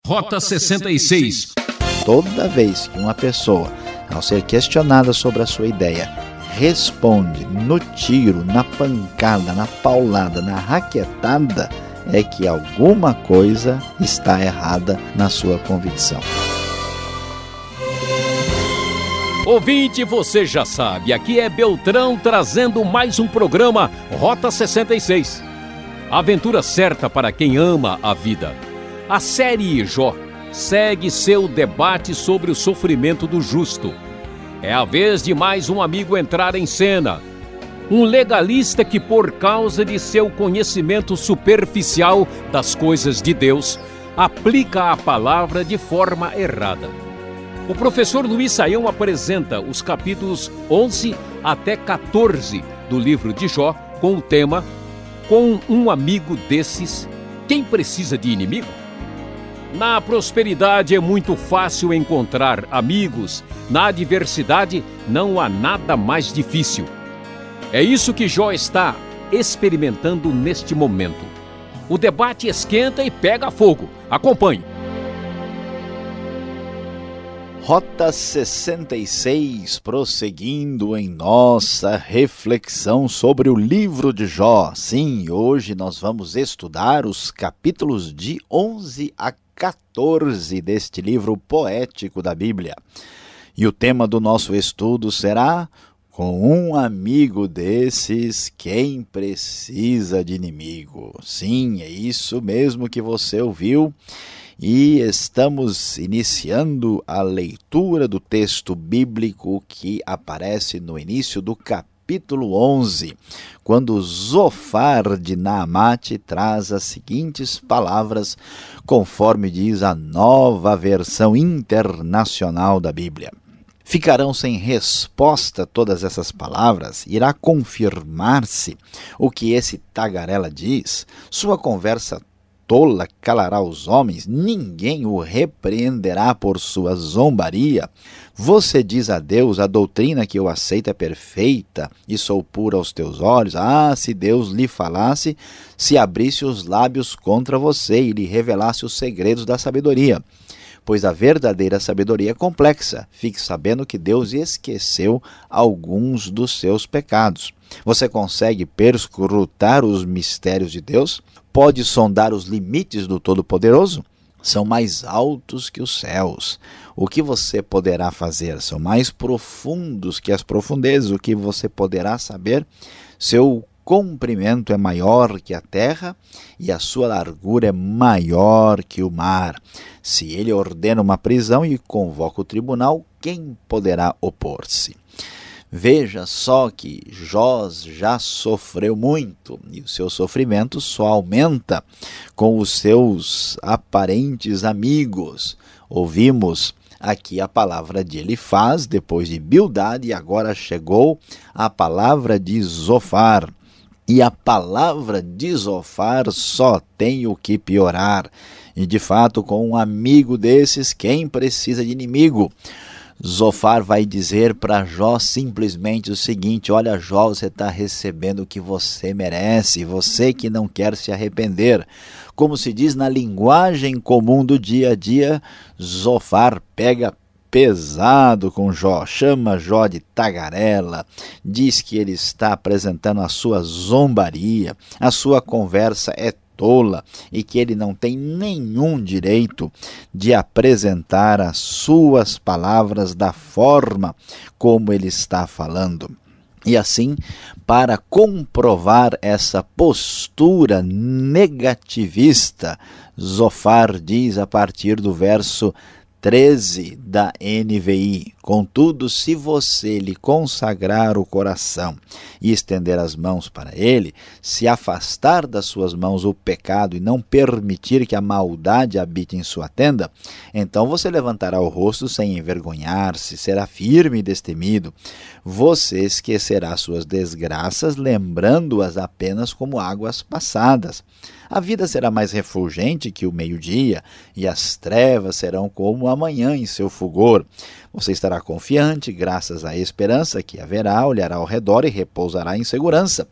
Rota 66. Toda vez que uma pessoa, ao ser questionada sobre a sua ideia, responde no tiro, na pancada, na paulada, na raquetada, é que alguma coisa está errada na sua convicção. Ouvinte, você já sabe, aqui é Beltrão trazendo mais um programa Rota 66. Aventura certa para quem ama a vida. A série Jó segue seu debate sobre o sofrimento do justo. É a vez de mais um amigo entrar em cena. Um legalista que, por causa de seu conhecimento superficial das coisas de Deus, aplica a palavra de forma errada. O professor Luiz Saião apresenta os capítulos 11 até 14 do livro de Jó com o tema "Com um amigo desses, quem precisa de inimigo?" Na prosperidade é muito fácil encontrar amigos, na adversidade não há nada mais difícil. É isso que Jó está experimentando neste momento. O debate esquenta e pega fogo. Acompanhe. Rota 66, prosseguindo em nossa reflexão sobre o livro de Jó. Sim, hoje nós vamos estudar os capítulos de 11 a 14 deste livro poético da Bíblia. E o tema do nosso estudo será: com um amigo desses, quem precisa de inimigo? Sim, é isso mesmo que você ouviu. E estamos iniciando a leitura do texto bíblico que aparece no início do capítulo 11, quando Zofar de Naamate traz as seguintes palavras, conforme diz a Nova Versão Internacional da Bíblia. Ficarão sem resposta todas essas palavras? Irá confirmar-se o que esse tagarela diz? Sua conversa tola calará os homens? Ninguém o repreenderá por sua zombaria? Você diz a Deus: a doutrina que eu aceito é perfeita e sou pura aos teus olhos. Ah, se Deus lhe falasse, se abrisse os lábios contra você e lhe revelasse os segredos da sabedoria. Pois a verdadeira sabedoria é complexa. Fique sabendo que Deus esqueceu alguns dos seus pecados. Você consegue perscrutar os mistérios de Deus? Pode sondar os limites do Todo-Poderoso? São mais altos que os céus. O que você poderá fazer? São mais profundos que as profundezas. O que você poderá saber? Seu comprimento é maior que a terra e a sua largura é maior que o mar. Se ele ordena uma prisão e convoca o tribunal, quem poderá opor-se? Veja só que Jó já sofreu muito e o seu sofrimento só aumenta com os seus aparentes amigos. Ouvimos aqui a palavra de Elifaz, depois de Bildade, e agora chegou a palavra de Zofar. E a palavra de Zofar só tem o que piorar. E de fato, com um amigo desses, quem precisa de inimigo? Zofar vai dizer para Jó simplesmente o seguinte: olha, Jó, você está recebendo o que você merece, você que não quer se arrepender. Como se diz na linguagem comum do dia a dia, Zofar pega pesado com Jó, chama Jó de tagarela, diz que ele está apresentando a sua zombaria, a sua conversa é tola e que ele não tem nenhum direito de apresentar as suas palavras da forma como ele está falando. E assim, para comprovar essa postura negativista, Zofar diz a partir do verso 13 da NVI: contudo, se você lhe consagrar o coração e estender as mãos para ele, se afastar das suas mãos o pecado e não permitir que a maldade habite em sua tenda, então você levantará o rosto sem envergonhar-se, será firme e destemido. Você esquecerá suas desgraças, lembrando-as apenas como águas passadas. A vida será mais refulgente que o meio-dia, e as trevas serão como a manhã em seu fulgor. Você estará confiante, graças à esperança que haverá, olhará ao redor e repousará em segurança.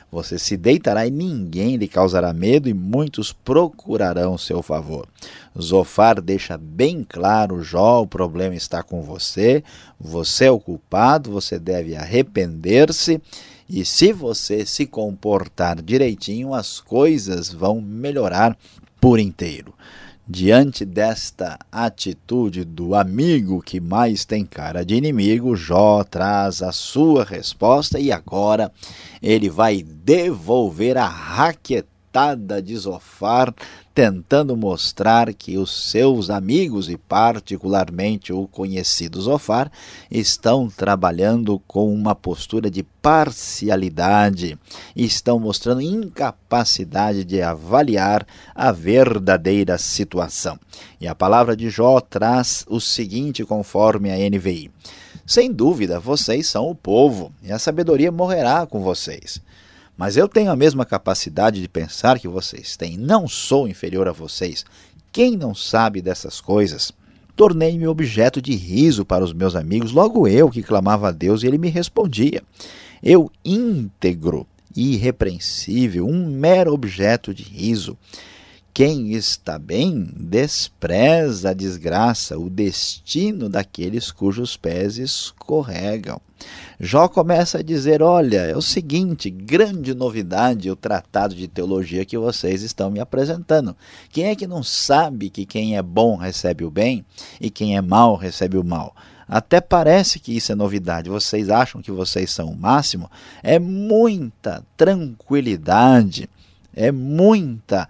Você se deitará e ninguém lhe causará medo, e muitos procurarão seu favor. Zofar deixa bem claro: Jó, o problema está com você, você é o culpado, você deve arrepender-se, e se você se comportar direitinho, as coisas vão melhorar por inteiro. Diante desta atitude do amigo que mais tem cara de inimigo, Jó traz a sua resposta, e agora ele vai devolver a raquetada de Zofar, tentando mostrar que os seus amigos, e particularmente o conhecido Zofar, estão trabalhando com uma postura de parcialidade, estão mostrando incapacidade de avaliar a verdadeira situação. E a palavra de Jó traz o seguinte, conforme a NVI: sem dúvida, vocês são o povo, e a sabedoria morrerá com vocês. Mas eu tenho a mesma capacidade de pensar que vocês têm. Não sou inferior a vocês. Quem não sabe dessas coisas? Tornei-me objeto de riso para os meus amigos, logo eu que clamava a Deus e ele me respondia. Eu, íntegro e irrepreensível, um mero objeto de riso. Quem está bem despreza a desgraça, o destino daqueles cujos pés escorregam. Jó começa a dizer: olha, é o seguinte, grande novidade o tratado de teologia que vocês estão me apresentando. Quem é que não sabe que quem é bom recebe o bem e quem é mau recebe o mal? Até parece que isso é novidade. Vocês acham que vocês são o máximo? É muita tranquilidade. É muita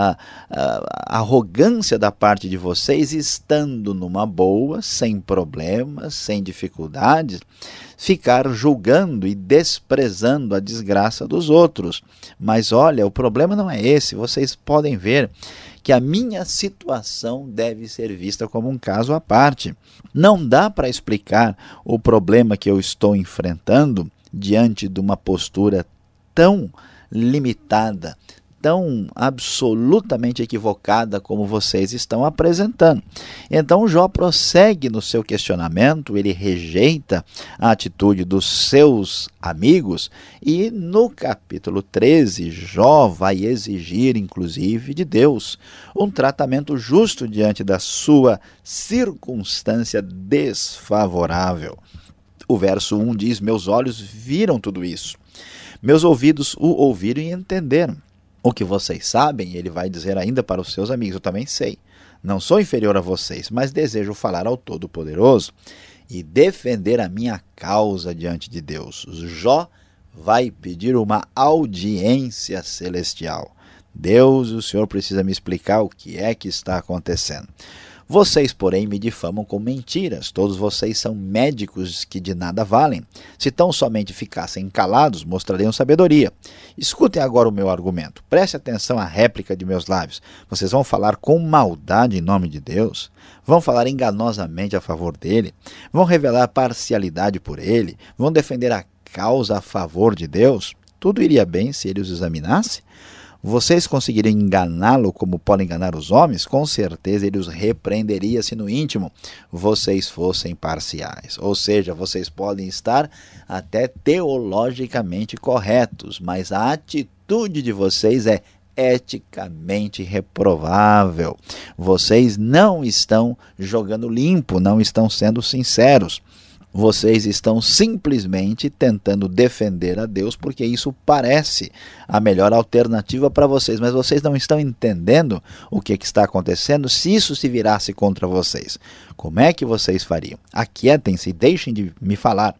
arrogância da parte de vocês, estando numa boa, sem problemas, sem dificuldades, ficar julgando e desprezando a desgraça dos outros. Mas olha, o problema não é esse. Vocês podem ver que a minha situação deve ser vista como um caso à parte. Não dá para explicar o problema que eu estou enfrentando diante de uma postura tão limitada, tão absolutamente equivocada como vocês estão apresentando. Então Jó prossegue no seu questionamento, ele rejeita a atitude dos seus amigos, e no capítulo 13, Jó vai exigir, inclusive, de Deus um tratamento justo diante da sua circunstância desfavorável. O verso 1 diz: meus olhos viram tudo isso. Meus ouvidos o ouviram e entenderam. O que vocês sabem, ele vai dizer ainda para os seus amigos, eu também sei. Não sou inferior a vocês, mas desejo falar ao Todo-Poderoso e defender a minha causa diante de Deus. Jó vai pedir uma audiência celestial. Deus, o Senhor precisa me explicar o que é que está acontecendo. Vocês, porém, me difamam com mentiras. Todos vocês são médicos que de nada valem. Se tão somente ficassem calados, mostrariam sabedoria. Escutem agora o meu argumento. Preste atenção à réplica de meus lábios. Vocês vão falar com maldade em nome de Deus? Vão falar enganosamente a favor dele? Vão revelar parcialidade por ele? Vão defender a causa a favor de Deus? Tudo iria bem se ele os examinasse? Vocês conseguiriam enganá-lo como podem enganar os homens? Com certeza ele os repreenderia se no íntimo vocês fossem parciais. Ou seja, vocês podem estar até teologicamente corretos, mas a atitude de vocês é eticamente reprovável. Vocês não estão jogando limpo, não estão sendo sinceros. Vocês estão simplesmente tentando defender a Deus porque isso parece a melhor alternativa para vocês, mas vocês não estão entendendo o que está acontecendo se isso se virasse contra vocês. Como é que vocês fariam? Aquietem-se e deixem de me falar.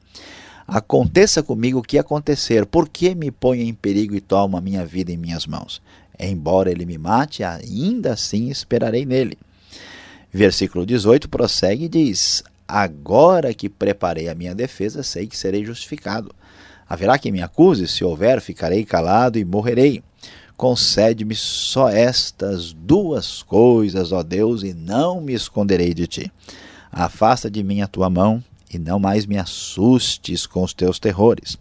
Aconteça comigo o que acontecer, por que me põe em perigo e toma a minha vida em minhas mãos? Embora ele me mate, ainda assim esperarei nele. Versículo 18 prossegue e diz: agora que preparei a minha defesa, sei que serei justificado. Haverá quem me acuse? Se houver, ficarei calado e morrerei. Concede-me só estas duas coisas, ó Deus, e não me esconderei de ti. Afasta de mim a tua mão, e não mais me assustes com os teus terrores.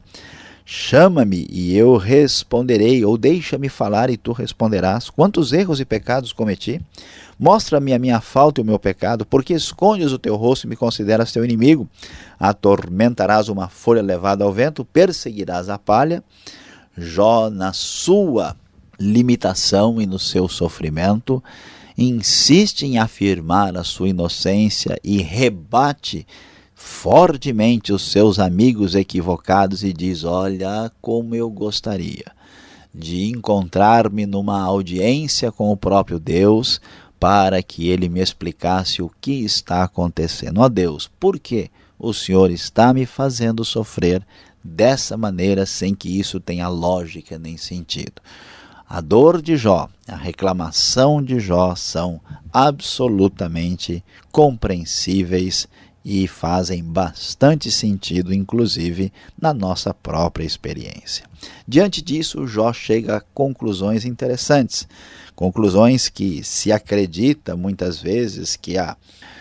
Chama-me e eu responderei, ou deixa-me falar e tu responderás. Quantos erros e pecados cometi? Mostra-me a minha falta e o meu pecado, porque escondes o teu rosto e me consideras teu inimigo. Atormentarás uma folha levada ao vento, perseguirás a palha, Jó, na sua limitação e no seu sofrimento, insiste em afirmar a sua inocência e rebate fortemente os seus amigos equivocados e diz: olha, como eu gostaria de encontrar-me numa audiência com o próprio Deus para que ele me explicasse o que está acontecendo. Ó Deus, por que o Senhor está me fazendo sofrer dessa maneira sem que isso tenha lógica nem sentido? A dor de Jó, a reclamação de Jó são absolutamente compreensíveis e fazem bastante sentido, inclusive, na nossa própria experiência. Diante disso, Jó chega a conclusões interessantes, conclusões que se acredita muitas vezes que a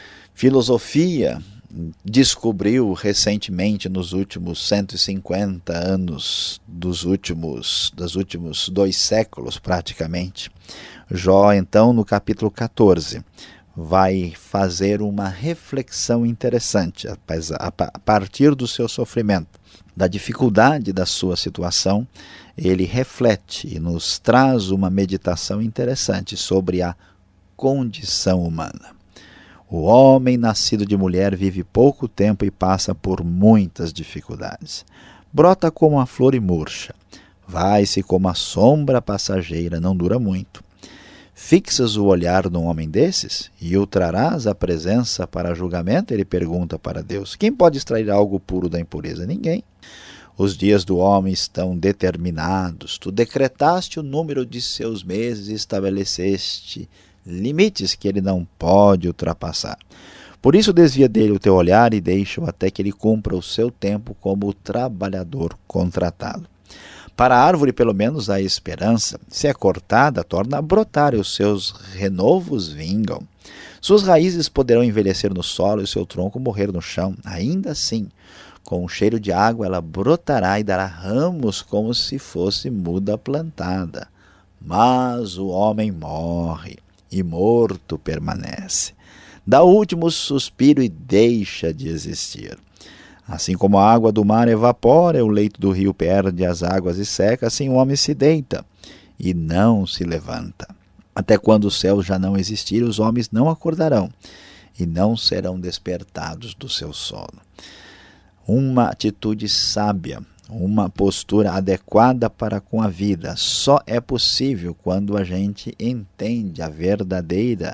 filosofia descobriu recentemente nos últimos 150 anos dos últimos 2 séculos praticamente. Jó, então, no capítulo 14, vai fazer uma reflexão interessante a partir do seu sofrimento, da dificuldade da sua situação. Ele reflete e nos traz uma meditação interessante sobre a condição humana. O homem nascido de mulher vive pouco tempo e passa por muitas dificuldades. Brota como a flor e murcha, vai-se como a sombra passageira, não dura muito. Fixas o olhar num homem desses e o trarás à presença para julgamento? Ele pergunta para Deus. Quem pode extrair algo puro da impureza? Ninguém. Os dias do homem estão determinados. Tu decretaste o número de seus meses e estabeleceste limites que ele não pode ultrapassar. Por isso desvia dele o teu olhar e deixa-o até que ele cumpra o seu tempo como trabalhador contratado. Para a árvore, pelo menos, há esperança. Se é cortada, torna a brotar e os seus renovos vingam. Suas raízes poderão envelhecer no solo e o seu tronco morrer no chão. Ainda assim, com um cheiro de água, ela brotará e dará ramos como se fosse muda plantada. Mas o homem morre e morto permanece. Dá o último suspiro e deixa de existir. Assim como a água do mar evapora, o leito do rio perde as águas e seca, assim o homem se deita e não se levanta. Até quando o céu já não existir, os homens não acordarão e não serão despertados do seu sono. Uma atitude sábia, uma postura adequada para com a vida, só é possível quando a gente entende a verdadeira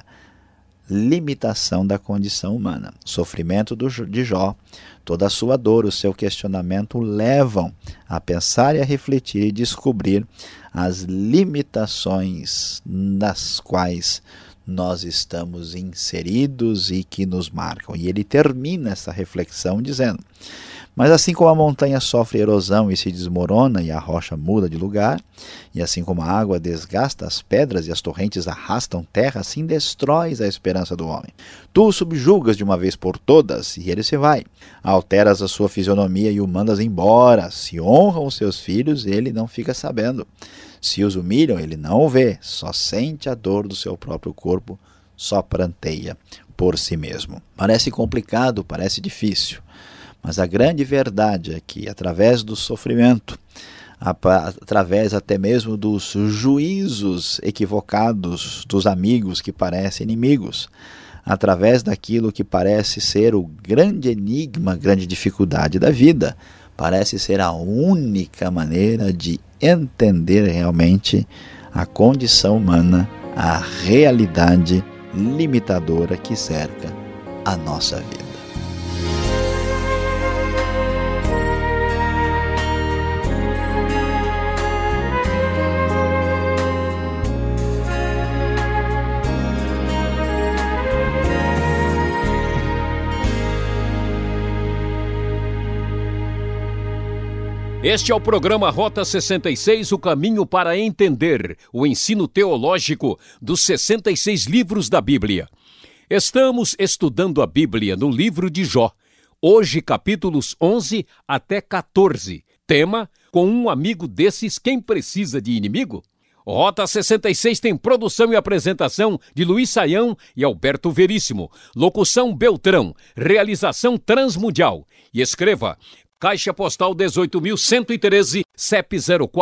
limitação da condição humana. O sofrimento de Jó, toda a sua dor, o seu questionamento levam a pensar e a refletir e descobrir as limitações nas quais nós estamos inseridos e que nos marcam. E ele termina essa reflexão dizendo: mas assim como a montanha sofre erosão e se desmorona e a rocha muda de lugar, e assim como a água desgasta as pedras e as torrentes arrastam terra, assim destróis a esperança do homem. Tu o subjugas de uma vez por todas e ele se vai. Alteras a sua fisionomia e o mandas embora. Se honram os seus filhos, ele não fica sabendo. Se os humilham, ele não o vê. Só sente a dor do seu próprio corpo, só pranteia por si mesmo. Parece complicado, parece difícil. Mas a grande verdade é que, através do sofrimento, através até mesmo dos juízos equivocados dos amigos que parecem inimigos, através daquilo que parece ser o grande enigma, a grande dificuldade da vida, parece ser a única maneira de entender realmente a condição humana, a realidade limitadora que cerca a nossa vida. Este é o programa Rota 66, o caminho para entender o ensino teológico dos 66 livros da Bíblia. Estamos estudando a Bíblia no livro de Jó, hoje capítulos 11 até 14. Tema: com um amigo desses, quem precisa de inimigo? Rota 66 tem produção e apresentação de Luiz Saião e Alberto Veríssimo. Locução Beltrão. Realização Transmundial. E escreva Caixa Postal 18.113, CEP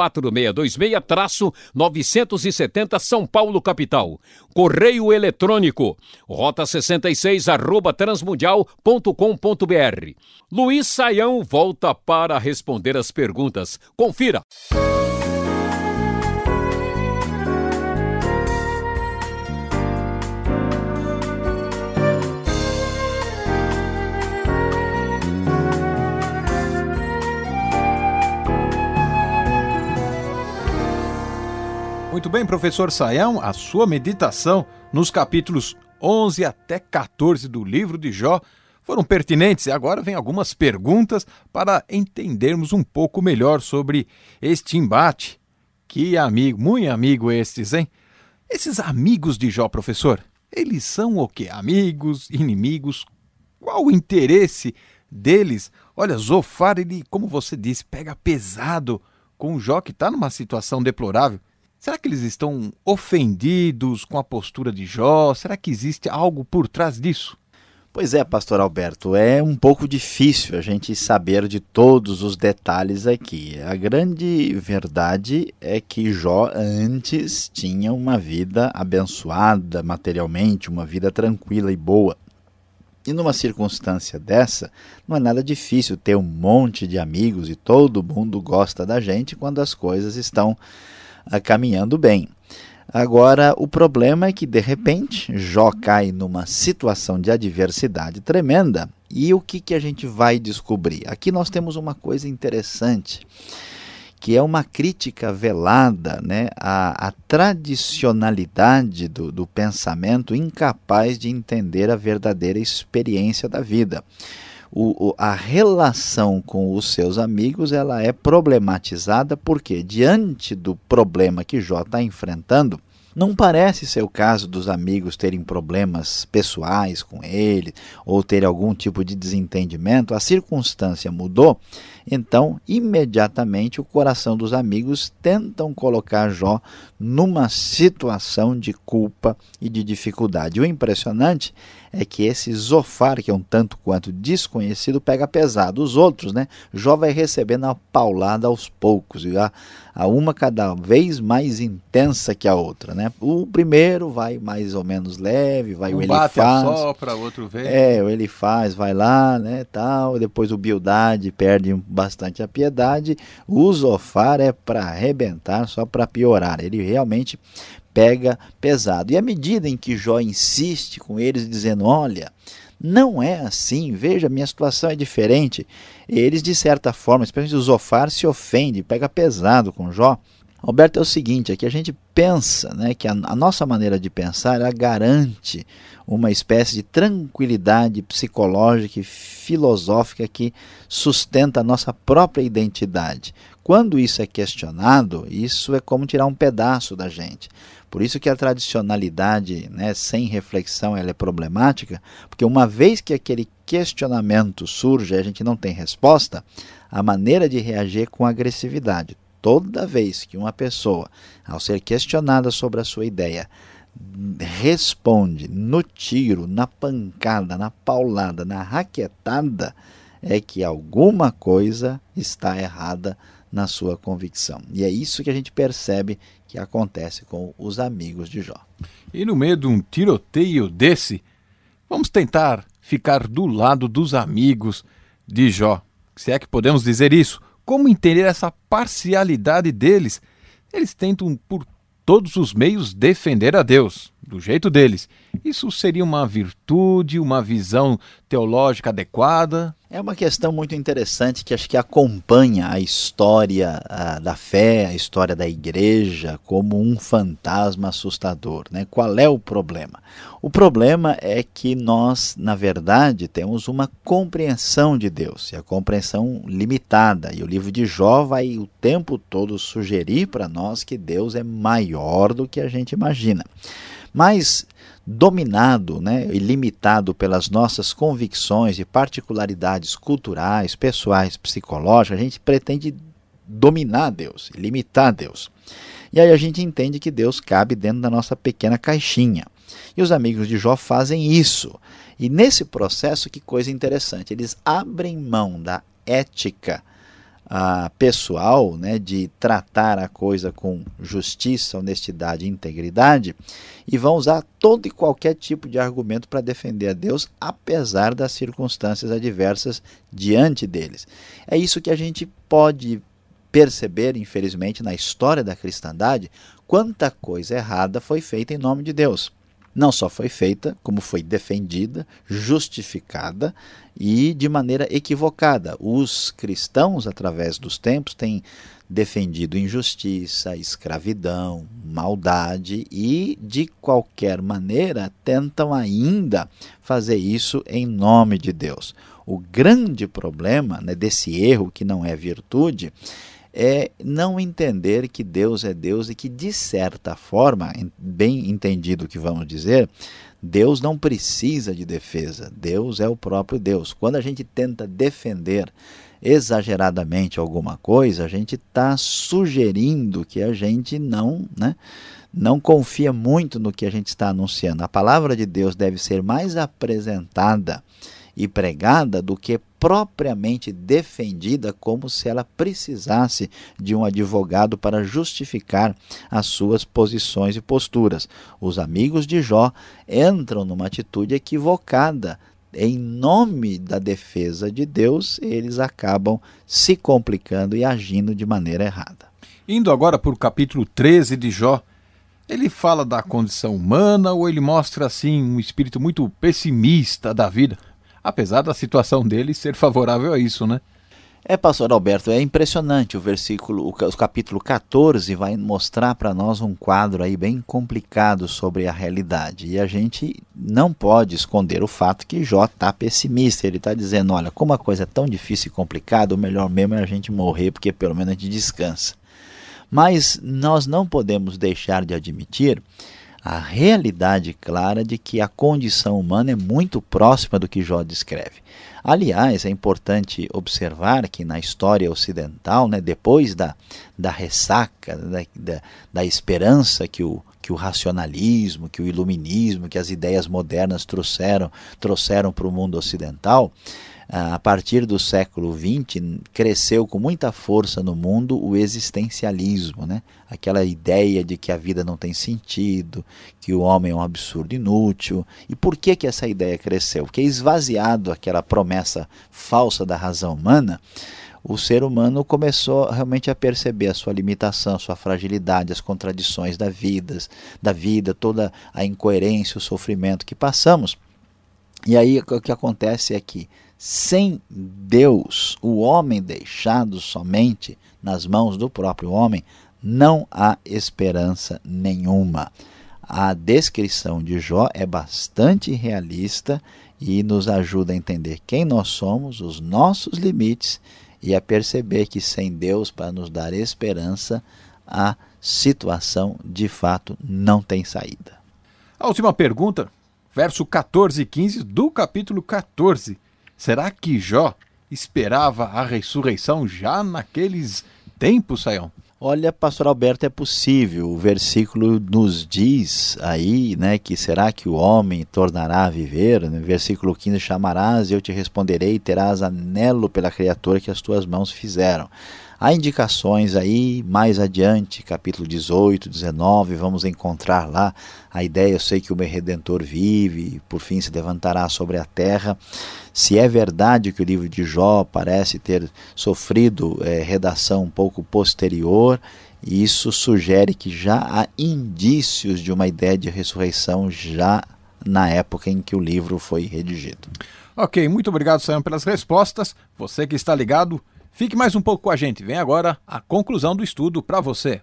04626-970 São Paulo, capital. Correio eletrônico, rota66@transmundial.com.br. Luiz Saião volta para responder as perguntas. Confira! Muito bem, professor Saião, a sua meditação nos capítulos 11 até 14 do livro de Jó foram pertinentes e agora vem algumas perguntas para entendermos um pouco melhor sobre este embate. Que amigo, muito amigo estes, hein? Esses amigos de Jó, professor, eles são o quê? Amigos, inimigos? Qual o interesse deles? Olha, Zofar, ele, como você disse, pega pesado com o Jó, que está numa situação deplorável. Será que eles estão ofendidos com a postura de Jó? Será que existe algo por trás disso? Pois é, pastor Alberto, é um pouco difícil a gente saber de todos os detalhes aqui. A grande verdade é que Jó antes tinha uma vida abençoada materialmente, uma vida tranquila e boa. E numa circunstância dessa, não é nada difícil ter um monte de amigos e todo mundo gosta da gente quando as coisas estão caminhando bem. Agora, o problema é que, de repente, Jó cai numa situação de adversidade tremenda. E o que a gente vai descobrir? Aqui nós temos uma coisa interessante, que é uma crítica velada, né, à tradicionalidade do pensamento incapaz de entender a verdadeira experiência da vida. A relação com os seus amigos ela é problematizada porque, diante do problema que Jó está enfrentando, não parece ser o caso dos amigos terem problemas pessoais com ele ou ter algum tipo de desentendimento. A circunstância mudou, então imediatamente o coração dos amigos tentam colocar Jó numa situação de culpa e de dificuldade. O impressionante é que esse Zofar, que é um tanto quanto desconhecido, pega pesado. Os outros, né? Jó vai recebendo a paulada aos poucos, e a uma cada vez mais intensa que a outra, né? O primeiro vai mais ou menos leve, vai o Elifaz, assopra, o outro vem. o Elifaz vai lá, né, tal, depois o Bildade perde bastante a piedade. O Zofar é para arrebentar, só para piorar. Ele realmente pega pesado. E à medida em que Jó insiste com eles, dizendo, olha, não é assim, veja, minha situação é diferente, eles de certa forma, especialmente o Zofar, se ofende, pega pesado com Jó. Alberto, é o seguinte, é que a gente pensa, né, que a nossa maneira de pensar ela garante uma espécie de tranquilidade psicológica e filosófica que sustenta a nossa própria identidade. Quando isso é questionado, isso é como tirar um pedaço da gente. Por isso que a tradicionalidade, né, sem reflexão, ela é problemática, porque uma vez que aquele questionamento surge e a gente não tem resposta, a maneira de reagir é com agressividade. Toda vez que uma pessoa, ao ser questionada sobre a sua ideia, responde no tiro, na pancada, na paulada, na raquetada, é que alguma coisa está errada na sua convicção. E é isso que a gente percebe que acontece com os amigos de Jó. E no meio de um tiroteio desse, vamos tentar ficar do lado dos amigos de Jó. Se é que podemos dizer isso. Como entender essa parcialidade deles? Eles tentam por todos os meios defender a Deus, do jeito deles. Isso seria uma virtude, uma visão teológica adequada? É uma questão muito interessante que acho que acompanha a história da fé, a história da igreja, como um fantasma assustador, né? Qual é o problema? O problema é que nós, na verdade, temos uma compreensão de Deus, e a compreensão limitada. E o livro de Jó vai o tempo todo sugerir para nós que Deus é maior do que a gente imagina. Mas dominado, né, e limitado pelas nossas convicções e particularidades culturais, pessoais, psicológicas, a gente pretende dominar Deus, limitar Deus. E aí a gente entende que Deus cabe dentro da nossa pequena caixinha. E os amigos de Jó fazem isso. E nesse processo, que coisa interessante, eles abrem mão da ética pessoal, né, de tratar a coisa com justiça, honestidade e integridade, e vão usar todo e qualquer tipo de argumento para defender a Deus, apesar das circunstâncias adversas diante deles. É isso que a gente pode perceber, infelizmente, na história da cristandade, quanta coisa errada foi feita em nome de Deus. Não só foi feita, como foi defendida, justificada e de maneira equivocada. Os cristãos, através dos tempos, têm defendido injustiça, escravidão, maldade e, de qualquer maneira, tentam ainda fazer isso em nome de Deus. O grande problema, né, desse erro que não é virtude é não entender que Deus é Deus e que, de certa forma, bem entendido o que vamos dizer, Deus não precisa de defesa, Deus é o próprio Deus. Quando a gente tenta defender exageradamente alguma coisa, a gente está sugerindo que a gente não confia muito no que a gente está anunciando. A palavra de Deus deve ser mais apresentada e pregada do que propriamente defendida, como se ela precisasse de um advogado para justificar as suas posições e posturas. Os amigos de Jó entram numa atitude equivocada. Em nome da defesa de Deus, eles acabam se complicando e agindo de maneira errada. Indo agora para o capítulo 13 de Jó, ele fala da condição humana ou ele mostra assim um espírito muito pessimista da vida? Apesar da situação dele ser favorável a isso, né? Pastor Alberto, é impressionante o capítulo 14 vai mostrar para nós um quadro aí bem complicado sobre a realidade. E a gente não pode esconder o fato que Jó está pessimista. Ele está dizendo, olha, como a coisa é tão difícil e complicada, o melhor mesmo é a gente morrer, porque pelo menos a gente descansa. Mas nós não podemos deixar de admitir a realidade clara de que a condição humana é muito próxima do que Jó descreve. Aliás, é importante observar que na história ocidental, né, depois da ressaca, da esperança que o racionalismo, que o iluminismo, que as ideias modernas trouxeram para o mundo ocidental, a partir do século XX, cresceu com muita força no mundo o existencialismo, né? Aquela ideia de que a vida não tem sentido, que o homem é um absurdo inútil. E por que essa ideia cresceu? Porque esvaziado aquela promessa falsa da razão humana, o ser humano começou realmente a perceber a sua limitação, a sua fragilidade, as contradições da vida, toda a incoerência, o sofrimento que passamos. E aí o que acontece é que, sem Deus, o homem deixado somente nas mãos do próprio homem, não há esperança nenhuma. A descrição de Jó é bastante realista e nos ajuda a entender quem nós somos, os nossos limites e a perceber que sem Deus, para nos dar esperança, a situação de fato não tem saída. A última pergunta, verso 14 e 15 do capítulo 14. Será que Jó esperava a ressurreição já naqueles tempos, Sayão? Olha, pastor Alberto, é possível. O versículo nos diz aí, né, que será que o homem tornará a viver? No versículo 15, chamarás e eu te responderei, terás anelo pela criatura que as tuas mãos fizeram. Há indicações aí, mais adiante, capítulo 18, 19, vamos encontrar lá a ideia, eu sei que o meu Redentor vive, por fim se levantará sobre a terra. Se é verdade que o livro de Jó parece ter sofrido redação um pouco posterior, isso sugere que já há indícios de uma ideia de ressurreição já na época em que o livro foi redigido. Ok, muito obrigado, Sayão, pelas respostas. Você que está ligado, fique mais um pouco com a gente. Vem agora a conclusão do estudo para você.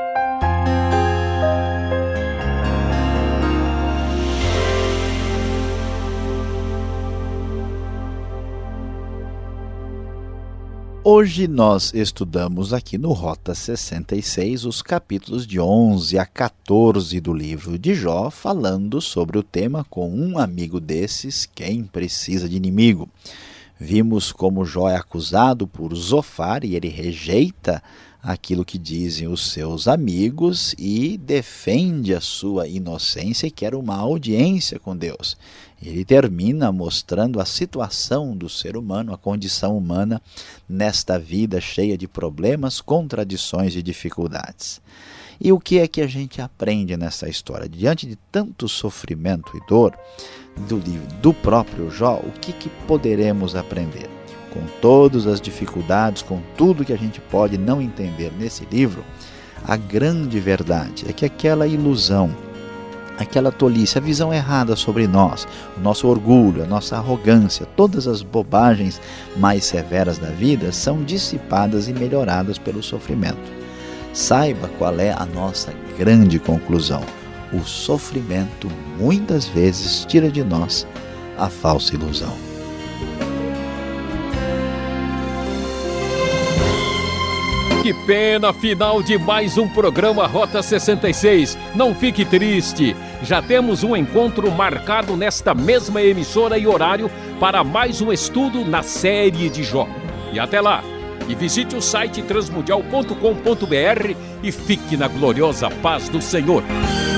Hoje nós estudamos aqui no Rota 66 os capítulos de 11 a 14 do livro de Jó, falando sobre o tema com um amigo desses, quem precisa de inimigo. Vimos como Jó é acusado por Zofar e ele rejeita aquilo que dizem os seus amigos e defende a sua inocência e quer uma audiência com Deus. Ele termina mostrando a situação do ser humano, a condição humana nesta vida cheia de problemas, contradições e dificuldades. E o que é que a gente aprende nessa história? Diante de tanto sofrimento e dor do próprio Jó, o que poderemos aprender? Com todas as dificuldades, com tudo que a gente pode não entender nesse livro, a grande verdade é que aquela ilusão, aquela tolice, a visão errada sobre nós, o nosso orgulho, a nossa arrogância, todas as bobagens mais severas da vida são dissipadas e melhoradas pelo sofrimento. Saiba qual é a nossa grande conclusão. O sofrimento muitas vezes tira de nós a falsa ilusão. Que pena, final de mais um programa Rota 66. Não fique triste. Já temos um encontro marcado nesta mesma emissora e horário para mais um estudo na série de Jó. E até lá. E visite o site transmundial.com.br e fique na gloriosa paz do Senhor.